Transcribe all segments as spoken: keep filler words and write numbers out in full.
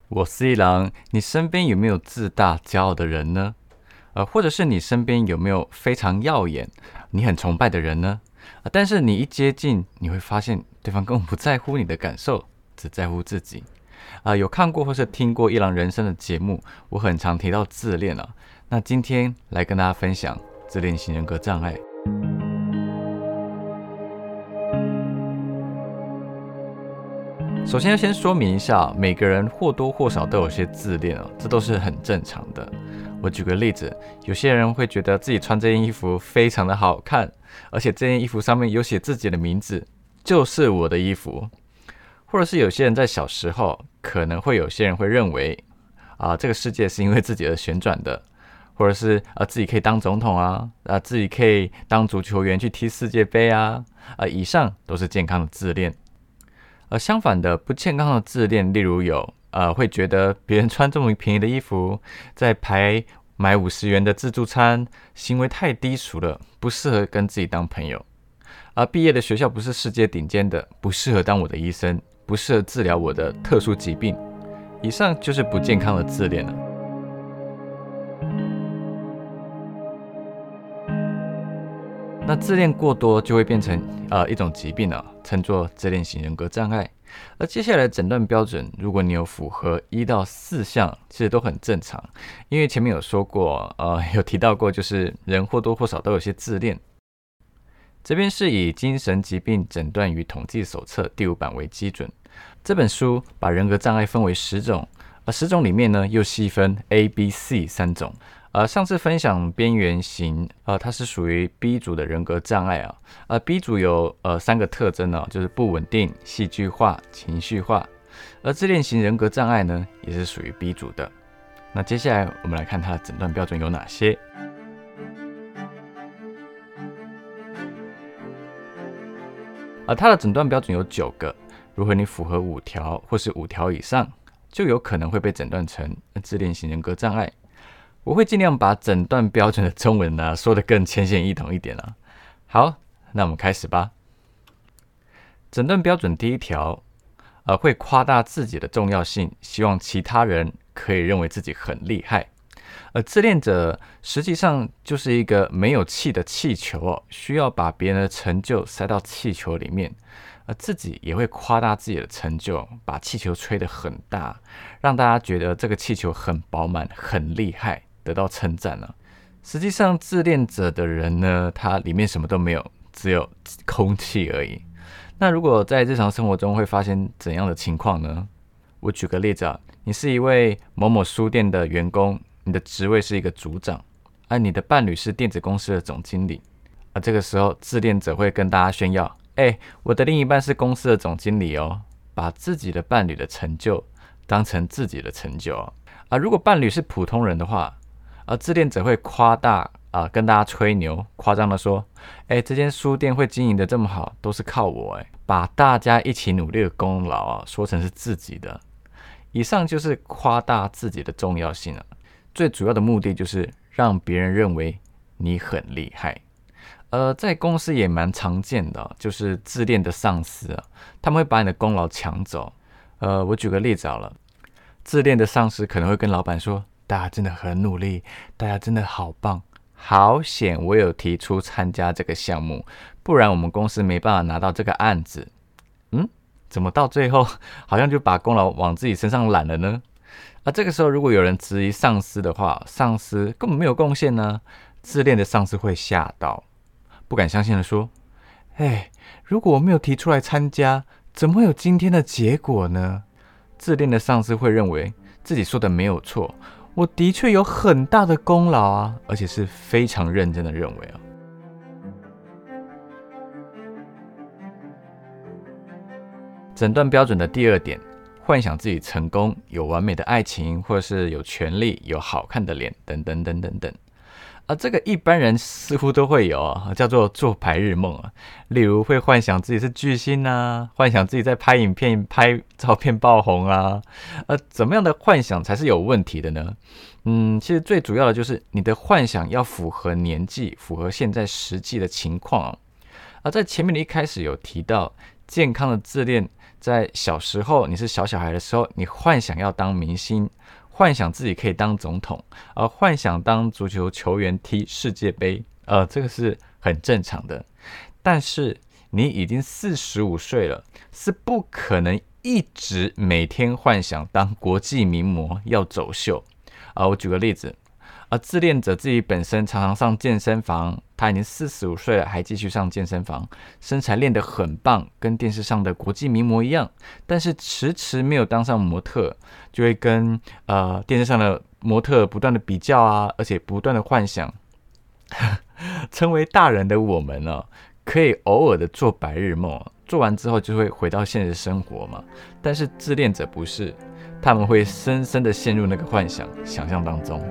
我是一郎，你身边有没有自大骄傲的人呢？呃，或者是你身边有没有非常耀眼、你很崇拜的人呢？呃、但是你一接近，你会发现对方根本不在乎你的感受，只在乎自己。啊、呃，有看过或是听过一郎人生的节目，我很常提到自恋啊。那今天来跟大家分享自恋型人格障碍。首先要先说明一下，每个人或多或少都有些自恋啊，这都是很正常的。我举个例子，有些人会觉得自己穿这件衣服非常的好看，而且这件衣服上面有写自己的名字，就是我的衣服。或者是有些人在小时候，可能会有些人会认为啊，这个世界是因为自己而旋转的，或者是啊自己可以当总统啊，啊自己可以当足球员去踢世界杯啊，啊以上都是健康的自恋。而相反的，不健康的自恋，例如有呃会觉得别人穿这么便宜的衣服，在排买五十元的自助餐，行为太低俗了，不适合跟自己当朋友。而毕业的学校不是世界顶尖的，不适合当我的医生，不适合治疗我的特殊疾病。以上就是不健康的自恋了。那自恋过多就会变成呃一种疾病啊，称作自恋型人格障碍。而接下来的诊断标准，如果你有符合一到四项，其实都很正常。因为前面有说过，呃，有提到过，就是人或多或少都有些自恋。这边是以《精神疾病诊断与统计手册》第五版为基准，这本书把人格障碍分为十种，而十种里面呢又细分 A、B、C 三种。呃，上次分享边缘型，呃，它是属于 B 组的人格障碍啊。呃 ，B 组有呃三个特征呢、啊，就是不稳定、戏剧化、情绪化。而自恋型人格障碍呢，也是属于 B 组的。那接下来我们来看它的诊断标准有哪些。而它的诊断标准有九个，如果你符合五条或是五条以上，就有可能会被诊断成自恋型人格障碍。我会尽量把诊断标准的中文呢、啊、说得更浅显易懂一点啊。好，那我们开始吧。诊断标准第一条，呃，会夸大自己的重要性，希望其他人可以认为自己很厉害。而自恋者实际上就是一个没有气的气球哦，需要把别人的成就塞到气球里面，而自己也会夸大自己的成就，把气球吹得很大，让大家觉得这个气球很饱满、很厉害，得到称赞了。实际上，自恋者的人呢，他里面什么都没有，只有空气而已。那如果在日常生活中会发生怎样的情况呢？我举个例子啊，你是一位某某书店的员工。你的职位是一个组长，而、啊、你的伴侣是电子公司的总经理。而、啊、这个时候，自恋者会跟大家炫耀：哎、欸，我的另一半是公司的总经理哦，把自己的伴侣的成就当成自己的成就哦。啊，如果伴侣是普通人的话，啊，自恋者会夸大啊，跟大家吹牛，夸张的说：哎、欸，这间书店会经营的这么好，都是靠我哎，把大家一起努力的功劳啊，说成是自己的。以上就是夸大自己的重要性啊。最主要的目的就是让别人认为你很厉害。呃，在公司也蛮常见的，就是自恋的上司啊，他们会把你的功劳抢走。呃，我举个例子好了，自恋的上司可能会跟老板说：大家真的很努力，大家真的好棒，好险我有提出参加这个项目，不然我们公司没办法拿到这个案子。嗯，怎么到最后好像就把功劳往自己身上揽了呢？啊，这个时候如果有人质疑上司的话，上司根本没有贡献呢，自恋的上司会吓到，不敢相信的说：哎，如果我没有提出来参加，怎么会有今天的结果呢？自恋的上司会认为自己说的没有错，我的确有很大的功劳啊，而且是非常认真的认为啊。诊断标准的第二点，幻想自己成功，有完美的爱情，或者是有权利，有好看的脸，等等等等等。啊，这个一般人似乎都会有啊，叫做做白日梦啊。例如会幻想自己是巨星啊，幻想自己在拍影片、拍照片爆红啊。呃，怎么样的幻想才是有问题的呢？嗯，其实最主要的就是你的幻想要符合年纪，符合现在实际的情况啊。啊，在前面的一开始有提到，健康的自恋在小时候你是小小孩的时候，你幻想要当明星，幻想自己可以当总统，而、呃、幻想当足球球员踢世界杯，呃，这个是很正常的。但是你已经四十五岁了，是不可能一直每天幻想当国际名模要走秀啊、呃！我举个例子，而、呃、自恋者自己本身常常上健身房，他已经四十五岁了，还继续上健身房，身材练得很棒，跟电视上的国际名模一样，但是迟迟没有当上模特，就会跟呃电视上的模特不断的比较啊，而且不断的幻想，成为大人的我们呢、哦，可以偶尔的做白日梦，做完之后就会回到现实生活嘛。但是自恋者不是，他们会深深的陷入那个幻想、想象当中。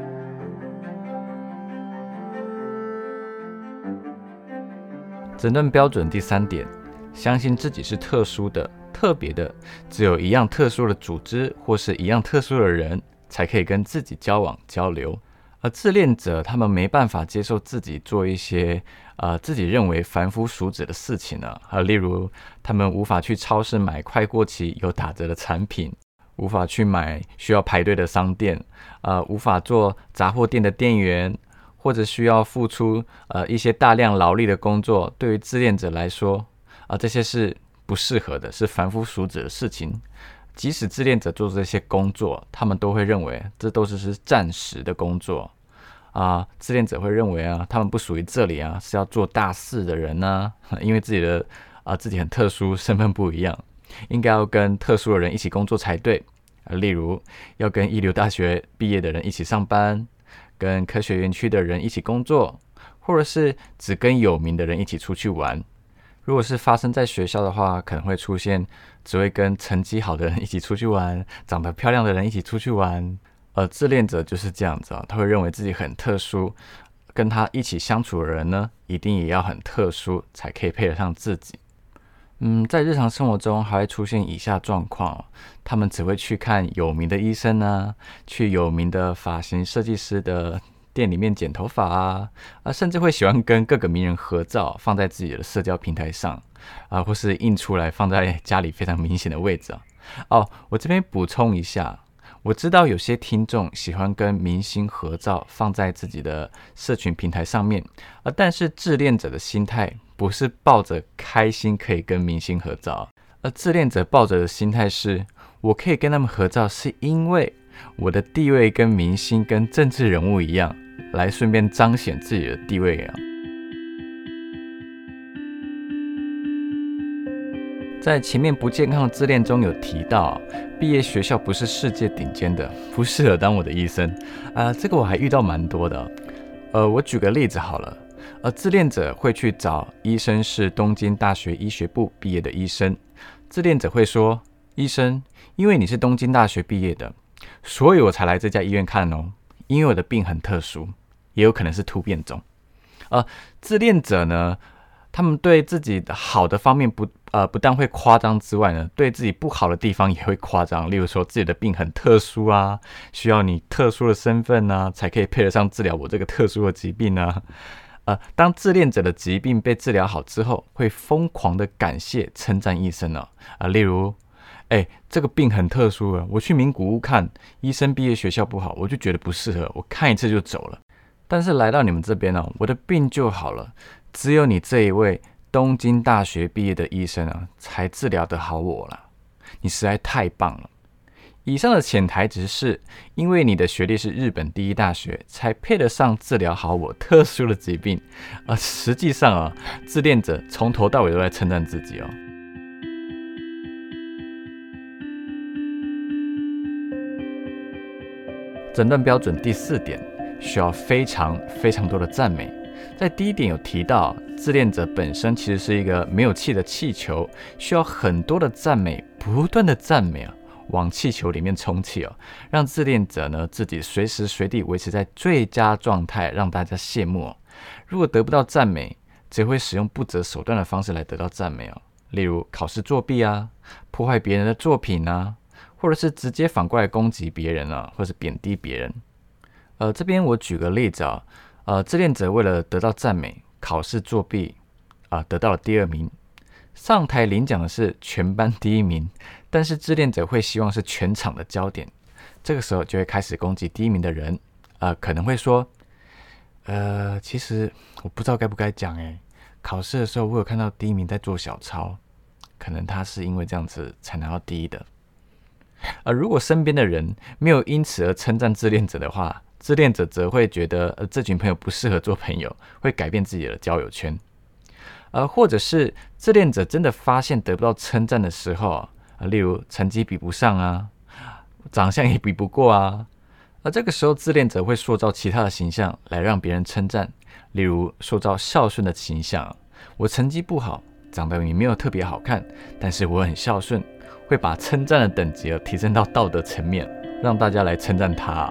诊断标准第三点，相信自己是特殊的、特别的，只有一样特殊的组织或是一样特殊的人才可以跟自己交往交流。而自恋者他们没办法接受自己做一些呃自己认为凡夫俗子的事情呢、啊，例如他们无法去超市买快过期有打折的产品，无法去买需要排队的商店，呃，无法做杂货店的店员，或者需要付出呃一些大量劳力的工作，对于自恋者来说，啊、呃，这些是不适合的，是凡夫俗子的事情。即使自恋者做这些工作，他们都会认为这都是是暂时的工作啊、呃。自恋者会认为啊，他们不属于这里啊，是要做大事的人呢、啊，因为自己的啊、呃、自己很特殊，身份不一样，应该要跟特殊的人一起工作才对啊。例如，要跟一流大学毕业的人一起上班，跟科学园区的人一起工作，或者是只跟有名的人一起出去玩。如果是发生在学校的话，可能会出现只会跟成绩好的人一起出去玩，长得漂亮的人一起出去玩。而自恋者就是这样子啊，他会认为自己很特殊，跟他一起相处的人呢，一定也要很特殊，才可以配得上自己。嗯，在日常生活中还会出现以下状况，他们只会去看有名的医生啊，去有名的发型设计师的店里面剪头发啊，啊，甚至会喜欢跟各个名人合照，放在自己的社交平台上啊，或是印出来放在家里非常明显的位置啊。哦，我这边补充一下，我知道有些听众喜欢跟明星合照，放在自己的社群平台上面啊，但是自恋者的心态不是抱着开心可以跟明星合照，而自恋者抱着的心态是，我可以跟他们合照，是因为我的地位跟明星跟政治人物一样，来顺便彰显自己的地位啊。在前面不健康的自恋中有提到，毕业学校不是世界顶尖的，不适合当我的医生啊、呃。这个我还遇到蛮多的。呃，我举个例子好了，呃，自恋者会去找医生是东京大学医学部毕业的医生，自恋者会说，医生，因为你是东京大学毕业的，所以我才来这家医院看哦，因为我的病很特殊，也有可能是突变种。呃，自恋者呢，他们对自己的好的方面不呃不但会夸张之外呢，对自己不好的地方也会夸张。例如说自己的病很特殊啊，需要你特殊的身份啊，才可以配得上治疗我这个特殊的疾病啊。呃，当自恋者的疾病被治疗好之后，会疯狂的感谢称赞医生啊啊，例如。哎，这个病很特殊啊！我去名古屋看医生，毕业学校不好，我就觉得不适合，我看一次就走了。但是来到你们这边呢、啊，我的病就好了。只有你这一位东京大学毕业的医生啊，才治疗得好我了。你实在太棒了。以上的潜台词是因为你的学历是日本第一大学，才配得上治疗好我特殊的疾病。而实际上啊，自恋者从头到尾都在称赞自己哦。诊断标准第四点，需要非常非常多的赞美。在第一点有提到，自恋者本身其实是一个没有气的气球，需要很多的赞美，不断的赞美啊，往气球里面充气哦，让自恋者呢自己随时随地维持在最佳状态，让大家羡慕哦。如果得不到赞美，只会使用不择手段的方式来得到赞美哦，例如考试作弊啊，破坏别人的作品啊。或者是直接反过来攻击别人啊，或是贬低别人。呃，这边我举个例子啊，呃，自恋者为了得到赞美，考试作弊啊、呃，得到了第二名。 上台领奖的是全班第一名，但是自恋者会希望是全场的焦点，这个时候就会开始攻击第一名的人，呃，可能会说，呃，其实我不知道该不该讲诶，考试的时候我有看到第一名在做小抄，可能他是因为这样子才拿到第一的。而如果身边的人没有因此而称赞自恋者的话，自恋者则会觉得、呃、这群朋友不适合做朋友，会改变自己的交友圈。呃，或者是自恋者真的发现得不到称赞的时候、呃、例如成绩比不上啊，长相也比不过啊，而这个时候自恋者会塑造其他的形象来让别人称赞，例如塑造孝顺的形象，我成绩不好，长得也没有特别好看，但是我很孝顺，会把称赞的等级提升到道德层面，让大家来称赞他。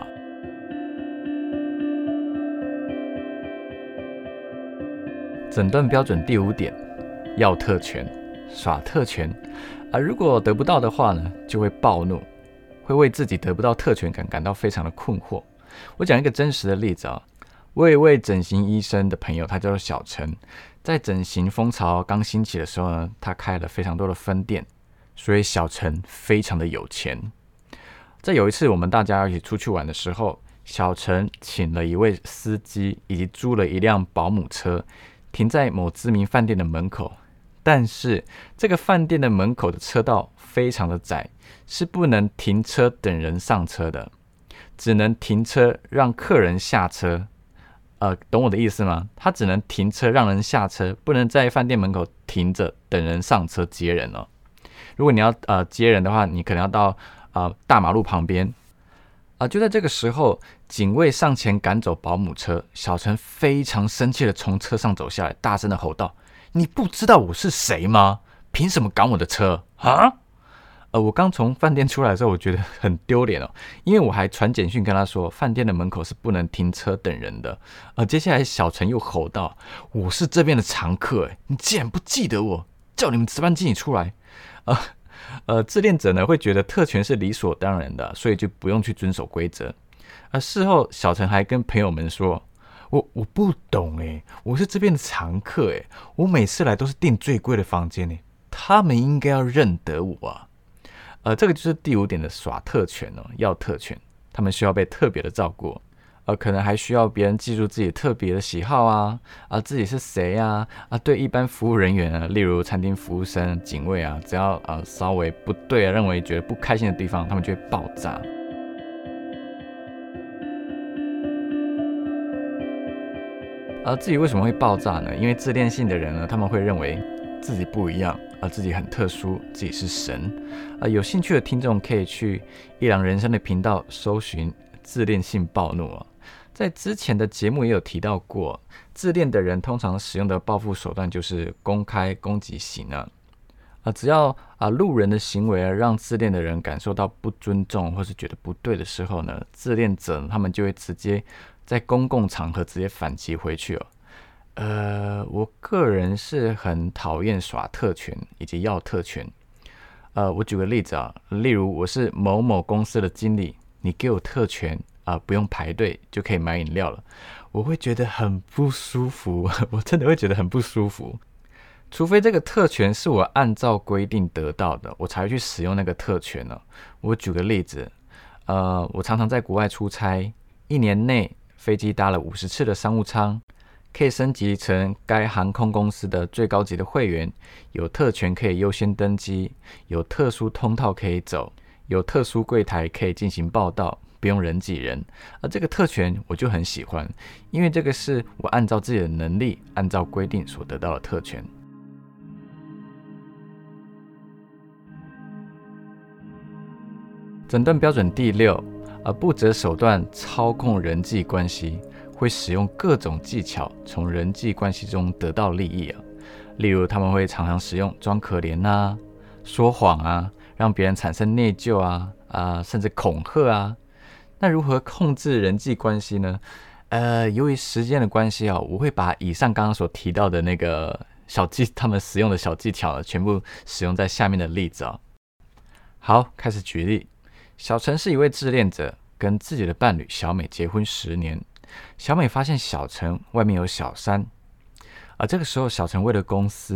诊断标准第五点，要特权，耍特权、啊、如果得不到的话呢，就会暴怒，会为自己得不到特权感感到非常的困惑。我讲一个真实的例子啊，我有一位整形医生的朋友，他叫做小陈，在整形风潮刚兴起的时候呢，他开了非常多的分店，所以小陈非常的有钱。在有一次我们大家一起出去玩的时候，小陈请了一位司机，以及租了一辆保姆车，停在某知名饭店的门口。但是这个饭店的门口的车道非常的窄，是不能停车等人上车的，只能停车让客人下车。呃，懂我的意思吗？他只能停车让人下车，不能在饭店门口停着等人上车接人哦。如果你要呃接人的话，你可能要到呃大马路旁边。啊、呃，就在这个时候，警卫上前赶走保姆车，小陈非常生气的从车上走下来，大声的吼道：“你不知道我是谁吗？凭什么赶我的车啊？”呃，我刚从饭店出来的时候，我觉得很丢脸哦，因为我还传简讯跟他说，饭店的门口是不能停车等人的。呃，接下来小陈又吼道：“我是这边的常客，哎，你竟然不记得我，叫你们值班经理出来。”呃呃，自恋者呢会觉得特权是理所当然的，所以就不用去遵守规则。而事后，小陈还跟朋友们说：“我我不懂哎，我是这边的常客哎，我每次来都是订最贵的房间哎，他们应该要认得我啊。”呃，这个就是第五点的耍特权哦，要特权，他们需要被特别的照顾，呃，可能还需要别人记住自己特别的喜好啊，啊，自己是谁啊，啊，对一般服务人员啊，例如餐厅服务生、警卫啊，只要呃稍微不对啊，认为觉得不开心的地方，他们就会爆炸。而自己为什么会爆炸呢？因为自恋性的人呢，他们会认为自己不一样，而自己很特殊，自己是神。呃，有兴趣的听众可以去一郎人生的频道搜寻自恋性暴怒哦。在之前的节目也有提到过，自恋的人通常使用的报复手段就是公开攻击型啊。呃，只要啊路人的行为让自恋的人感受到不尊重或是觉得不对的时候呢，自恋者他们就会直接在公共场合直接反击回去哦。呃，我个人是很讨厌耍特权以及要特权。呃，我举个例子啊，例如我是某某公司的经理，你给我特权啊、呃，不用排队就可以买饮料了，我会觉得很不舒服，我真的会觉得很不舒服。除非这个特权是我按照规定得到的，我才会去使用那个特权呢、哦。我举个例子，呃，我常常在国外出差，一年内飞机搭了五十次的商务舱。可以升级成该航空公司的最高级的会员，有特权可以优先登机，有特殊通道可以走，有特殊柜台可以进行报到，不用人挤人。而这个特权我就很喜欢，因为这个是我按照自己的能力，按照规定所得到的特权。诊断标准第六，而不择手段操控人际关系。会使用各种技巧从人际关系中得到利益啊，例如他们会常常使用装可怜啊、说谎啊，让别人产生内疚啊，啊甚至恐吓啊。那如何控制人际关系呢？呃，由于时间的关系啊，我会把以上刚刚所提到的那个小技，他们使用的小技巧呢，全部使用在下面的例子啊。好，开始举例。小陈是一位自恋者，跟自己的伴侣小美结婚十年。小美发现小陈外面有小三，而这个时候小陈为了公司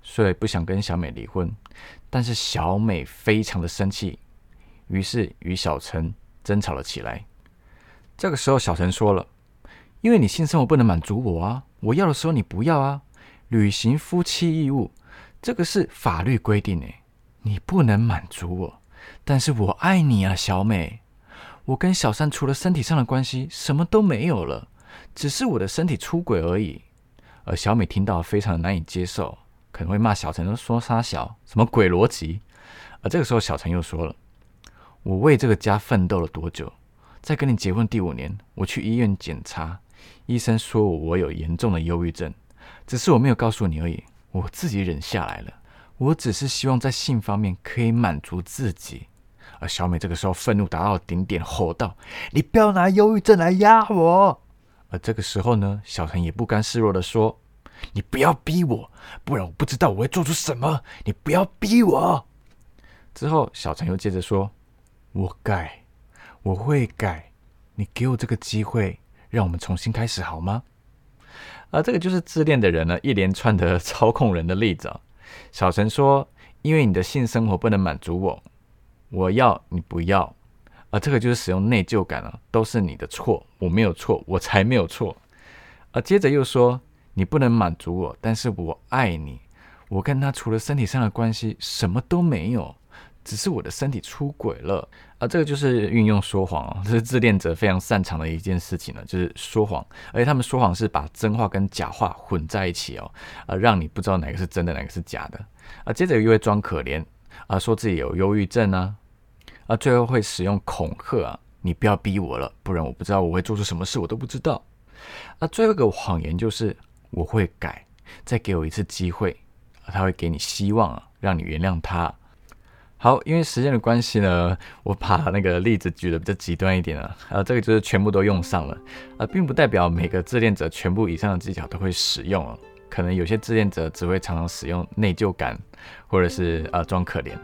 所以不想跟小美离婚。但是小美非常的生气，于是与小陈争吵了起来。这个时候小陈说了，因为你性生活不能满足我啊，我要的时候你不要啊，履行夫妻义务，这个是法律规定诶，你不能满足我，但是我爱你啊，小美。我跟小三除了身体上的关系什么都没有了，只是我的身体出轨而已。而小美听到非常的难以接受，可能会骂小陈说杀小，什么鬼逻辑。而这个时候小陈又说了，我为这个家奋斗了多久，在跟你结婚第五年，我去医院检查，医生说我有严重的忧郁症，只是我没有告诉你而已，我自己忍下来了。我只是希望在性方面可以满足自己。而小美这个时候愤怒达到顶点，吼道，你不要拿忧郁症来压我。而这个时候呢，小陈也不甘示弱的说，你不要逼我，不然我不知道我会做出什么，你不要逼我。之后小陈又接着说，我改，我会改，你给我这个机会，让我们重新开始好吗？而这个就是自恋的人呢一连串的操控人的例子、哦、小陈说，因为你的性生活不能满足我，我要你不要，而这个就是使用内疚感、啊、都是你的错，我没有错，我才没有错。而接着又说，你不能满足我，但是我爱你，我跟他除了身体上的关系什么都没有，只是我的身体出轨了。啊，这个就是运用说谎哦，这是自恋者非常擅长的一件事情呢，就是说谎。而且他们说谎是把真话跟假话混在一起哦，啊，让你不知道哪个是真的，哪个是假的。啊，接着又会装可怜啊，说自己有忧郁症啊，啊，最后会使用恐吓啊，你不要逼我了，不然我不知道我会做出什么事，我都不知道。啊，最后一个谎言就是我会改，再给我一次机会，啊，他会给你希望啊，让你原谅他。好，因为时间的关系呢，我把那个例子举得比较极端一点了，呃，这个就是全部都用上了，呃，并不代表每个自恋者全部以上的技巧都会使用哦，可能有些自恋者只会常常使用内疚感，或者是呃装可怜。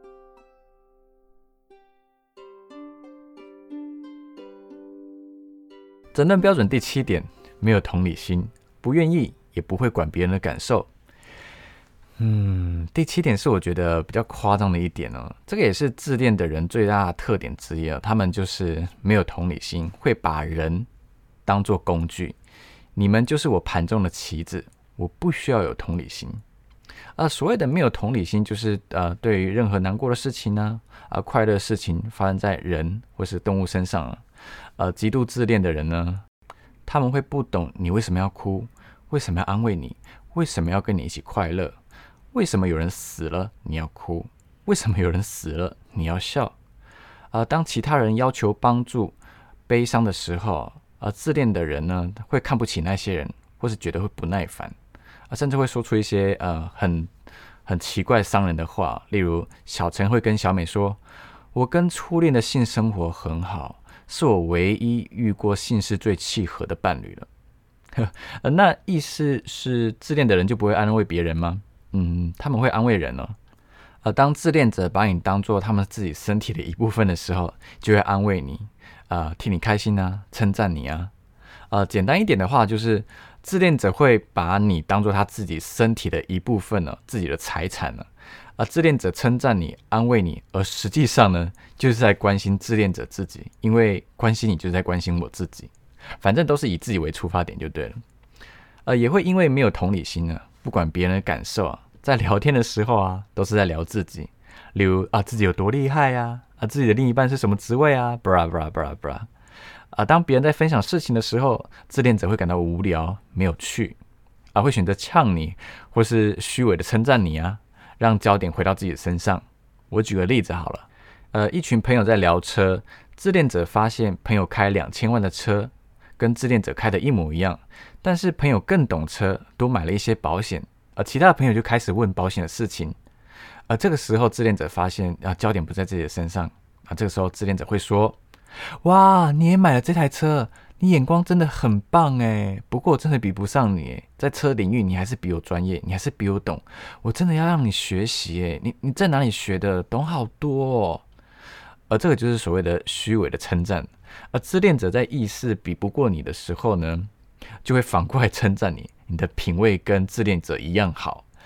诊断标准第七点，没有同理心，不愿意也不会管别人的感受。嗯，第七点是我觉得比较夸张的一点哦，这个也是自恋的人最大的特点之一啊，他们就是没有同理心，会把人当作工具，你们就是我盘中的棋子，我不需要有同理心。啊，所谓的没有同理心，就是呃，对于任何难过的事情呢、啊，啊，快乐的事情发生在人或是动物身上啊，呃，极度自恋的人呢，他们会不懂你为什么要哭，为什么要安慰你，为什么要跟你一起快乐。为什么有人死了你要哭？为什么有人死了你要笑？呃、当其他人要求帮助、悲伤的时候，呃、自恋的人呢会看不起那些人，或是觉得会不耐烦，呃、甚至会说出一些呃很很奇怪伤人的话，例如小陈会跟小美说：“我跟初恋的性生活很好，是我唯一遇过性事最契合的伴侣了。”呃，那意思是自恋的人就不会安慰别人吗？嗯，他们会安慰人哦。呃，当自恋者把你当作他们自己身体的一部分的时候，就会安慰你，呃，替你开心啊，称赞你啊。呃，简单一点的话，就是自恋者会把你当作他自己身体的一部分呢、哦，自己的财产呢。啊，自恋者称赞你、安慰你，而实际上呢，就是在关心自恋者自己，因为关心你就是在关心我自己，反正都是以自己为出发点就对了。呃，也会因为没有同理心呢。不管别人的感受啊，在聊天的时候啊，都是在聊自己，例如啊自己有多厉害啊，啊自己的另一半是什么职位啊 ，bra bra bra bra， 啊当别人在分享事情的时候，自恋者会感到无聊、没有趣，啊会选择呛你，或是虚伪的称赞你啊，让焦点回到自己的身上。我举个例子好了，呃一群朋友在聊车，自恋者发现朋友开两千万的车，跟自恋者开的一模一样。但是朋友更懂车，多买了一些保险，而其他的朋友就开始问保险的事情。而这个时候，自恋者发现啊，焦点不在自己的身上。啊，这个时候自恋者会说：“哇，你也买了这台车，你眼光真的很棒哎！不过我真的比不上你哎，在车领域你还是比我专业，你还是比我懂。我真的要让你学习哎，你你在哪里学的？懂好多哦。”而这个就是所谓的虚伪的称赞。而自恋者在意识比不过你的时候呢，就会反过来称赞你，你的品味跟自恋者一样好。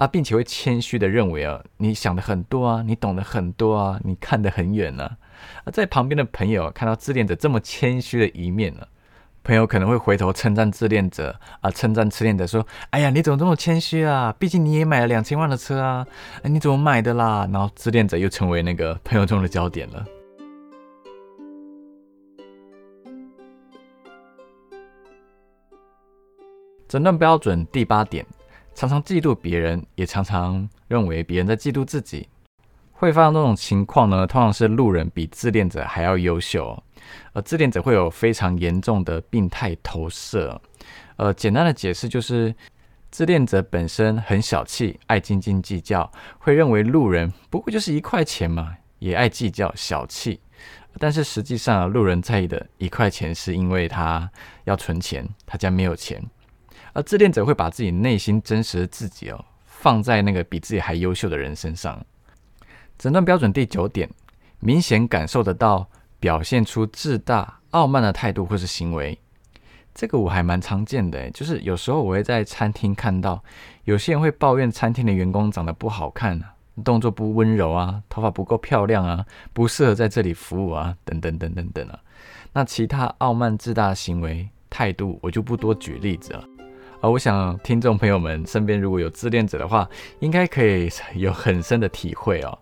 啊，并且会谦虚的认为啊，你想的很多啊，你懂得很多啊，你看得很远啊。啊，在旁边的朋友看到自恋者这么谦虚的一面呢，朋友可能会回头称赞自恋者啊，称赞自恋者说：“哎呀，你怎么这么谦虚啊？毕竟你也买了两千万的车啊，哎，你怎么买的啦？”然后自恋者又成为那个朋友中的焦点了。诊断标准第八点，常常嫉妒别人，也常常认为别人在嫉妒自己。会发生这种情况呢，通常是路人比自恋者还要优秀哦，而自恋者会有非常严重的病态投射。呃，简单的解释就是，自恋者本身很小气，爱斤斤计较，会认为路人不过就是一块钱嘛，也爱计较小气。但是实际上，路人在意的一块钱是因为他要存钱，他家没有钱。而自恋者会把自己内心真实的自己哦，放在那个比自己还优秀的人身上。诊断标准第九点，明显感受得到表现出自大、傲慢的态度或是行为。这个我还蛮常见的，就是有时候我会在餐厅看到有些人会抱怨餐厅的员工长得不好看啊，动作不温柔啊，头发不够漂亮啊，不适合在这里服务啊，等等等等等啊。那其他傲慢自大的行为态度，我就不多举例子了。而我想听众朋友们身边如果有自恋者的话，应该可以有很深的体会哦。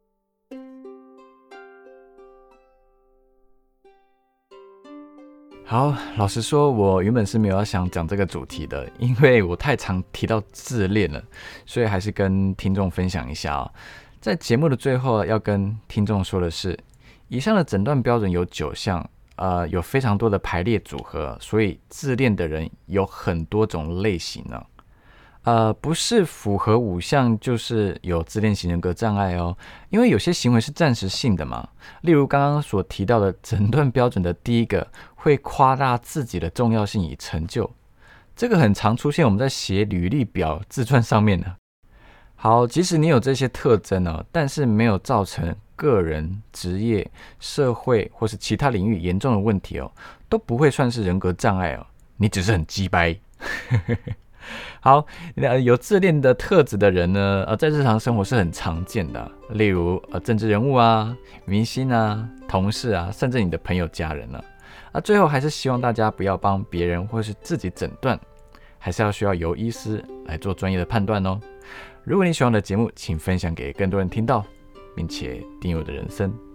好，老实说，我原本是没有要想讲这个主题的，因为我太常提到自恋了，所以还是跟听众分享一下哦。在节目的最后，要跟听众说的是，以上的诊断标准有九项，呃，有非常多的排列组合，所以自恋的人有很多种类型呢。呃，不是符合五项就是有自恋型人格障碍哦，因为有些行为是暂时性的嘛。例如刚刚所提到的诊断标准的第一个，会夸大自己的重要性与成就，这个很常出现我们在写履历表、自传上面的。好，即使你有这些特征哦，但是没有造成个人、职业、社会或是其他领域严重的问题哦，都不会算是人格障碍哦，你只是很鸡掰。好，有自恋的特质的人呢，呃，在日常生活是很常见的，例如呃政治人物啊、明星啊、同事啊，甚至你的朋友、家人啊。啊，最后还是希望大家不要帮别人或是自己诊断，还是要需要由医师来做专业的判断哦。如果你喜欢我的节目，请分享给更多人听到，并且订阅我的人生。